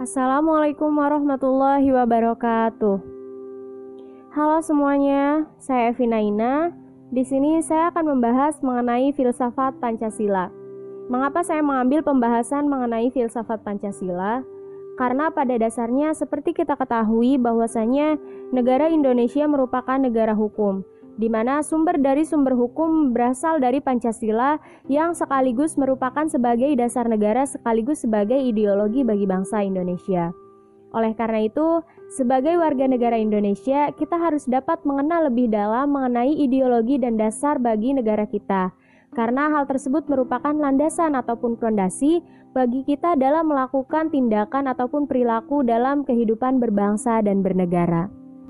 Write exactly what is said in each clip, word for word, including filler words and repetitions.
Assalamualaikum warahmatullahi wabarakatuh. Halo semuanya, saya Evi Naina. Di sini saya akan membahas mengenai filsafat Pancasila. Mengapa saya mengambil pembahasan mengenai filsafat Pancasila? Karena pada dasarnya seperti kita ketahui bahwasanya negara Indonesia merupakan negara hukum, di mana sumber dari sumber hukum berasal dari Pancasila yang sekaligus merupakan sebagai dasar negara sekaligus sebagai ideologi bagi bangsa Indonesia. Oleh karena itu, sebagai warga negara Indonesia, kita harus dapat mengenal lebih dalam mengenai ideologi dan dasar bagi negara kita. Karena hal tersebut merupakan landasan ataupun fondasi bagi kita dalam melakukan tindakan ataupun perilaku dalam kehidupan berbangsa dan bernegara.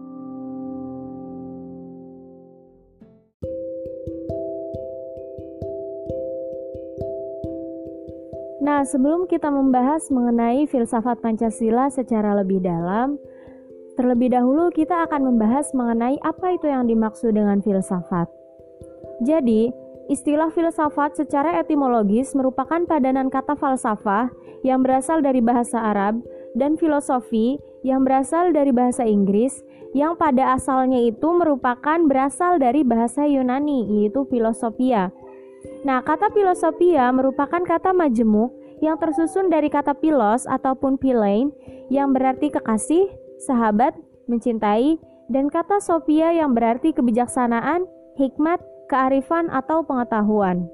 Nah, sebelum kita membahas mengenai filsafat Pancasila secara lebih dalam, terlebih dahulu kita akan membahas mengenai apa itu yang dimaksud dengan filsafat. Jadi, istilah filsafat secara etimologis merupakan padanan kata falsafah yang berasal dari bahasa Arab dan filosofi yang berasal dari bahasa Inggris yang pada asalnya itu merupakan berasal dari bahasa Yunani, yaitu filosofia. Nah, kata filosofia merupakan kata majemuk yang tersusun dari kata philos ataupun philein yang berarti kekasih, sahabat, mencintai, dan kata sophia yang berarti kebijaksanaan, hikmat, kearifan, atau pengetahuan.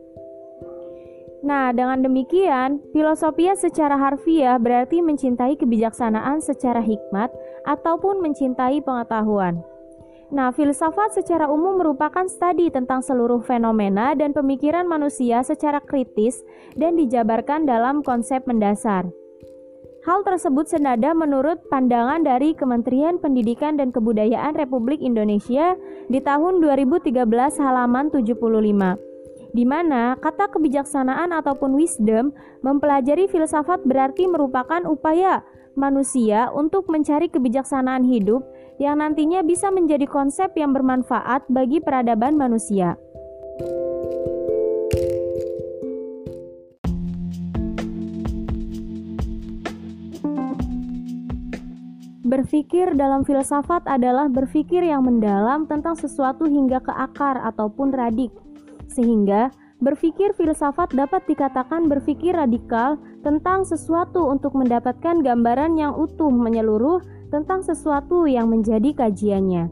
Nah, dengan demikian, filosofia secara harfiah berarti mencintai kebijaksanaan secara hikmat ataupun mencintai pengetahuan. Nah, filsafat secara umum merupakan studi tentang seluruh fenomena dan pemikiran manusia secara kritis dan dijabarkan dalam konsep mendasar. Hal tersebut senada menurut pandangan dari Kementerian Pendidikan dan Kebudayaan Republik Indonesia di tahun dua ribu tiga belas halaman tujuh puluh lima, di mana kata kebijaksanaan ataupun wisdom mempelajari filsafat berarti merupakan upaya manusia untuk mencari kebijaksanaan hidup yang nantinya bisa menjadi konsep yang bermanfaat bagi peradaban manusia. Berpikir dalam filsafat adalah berpikir yang mendalam tentang sesuatu hingga ke akar ataupun radik, sehingga berpikir filsafat dapat dikatakan berpikir radikal tentang sesuatu untuk mendapatkan gambaran yang utuh menyeluruh tentang sesuatu yang menjadi kajiannya.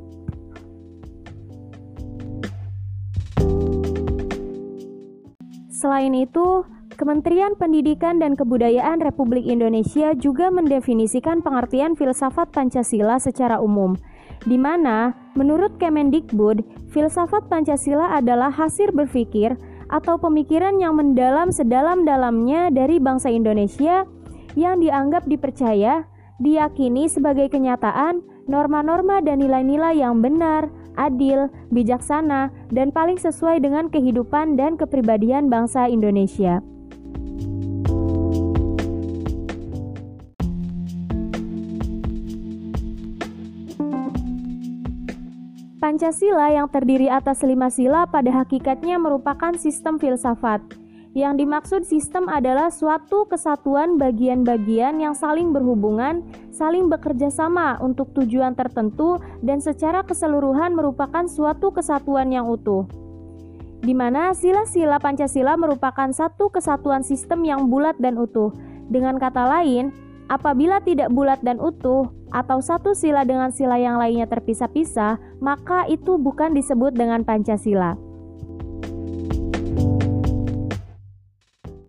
Selain itu, Kementerian Pendidikan dan Kebudayaan Republik Indonesia juga mendefinisikan pengertian filsafat Pancasila secara umum, di mana menurut Kemendikbud, filsafat Pancasila adalah hasil berpikir atau pemikiran yang mendalam sedalam-dalamnya dari bangsa Indonesia yang dianggap dipercaya, diyakini sebagai kenyataan, norma-norma dan nilai-nilai yang benar, adil, bijaksana, dan paling sesuai dengan kehidupan dan kepribadian bangsa Indonesia. Pancasila yang terdiri atas lima sila pada hakikatnya merupakan sistem filsafat. Yang dimaksud sistem adalah suatu kesatuan bagian-bagian yang saling berhubungan, saling bekerja sama untuk tujuan tertentu dan secara keseluruhan merupakan suatu kesatuan yang utuh. Di mana sila-sila Pancasila merupakan satu kesatuan sistem yang bulat dan utuh. Dengan kata lain, apabila tidak bulat dan utuh, atau satu sila dengan sila yang lainnya terpisah-pisah, maka itu bukan disebut dengan Pancasila.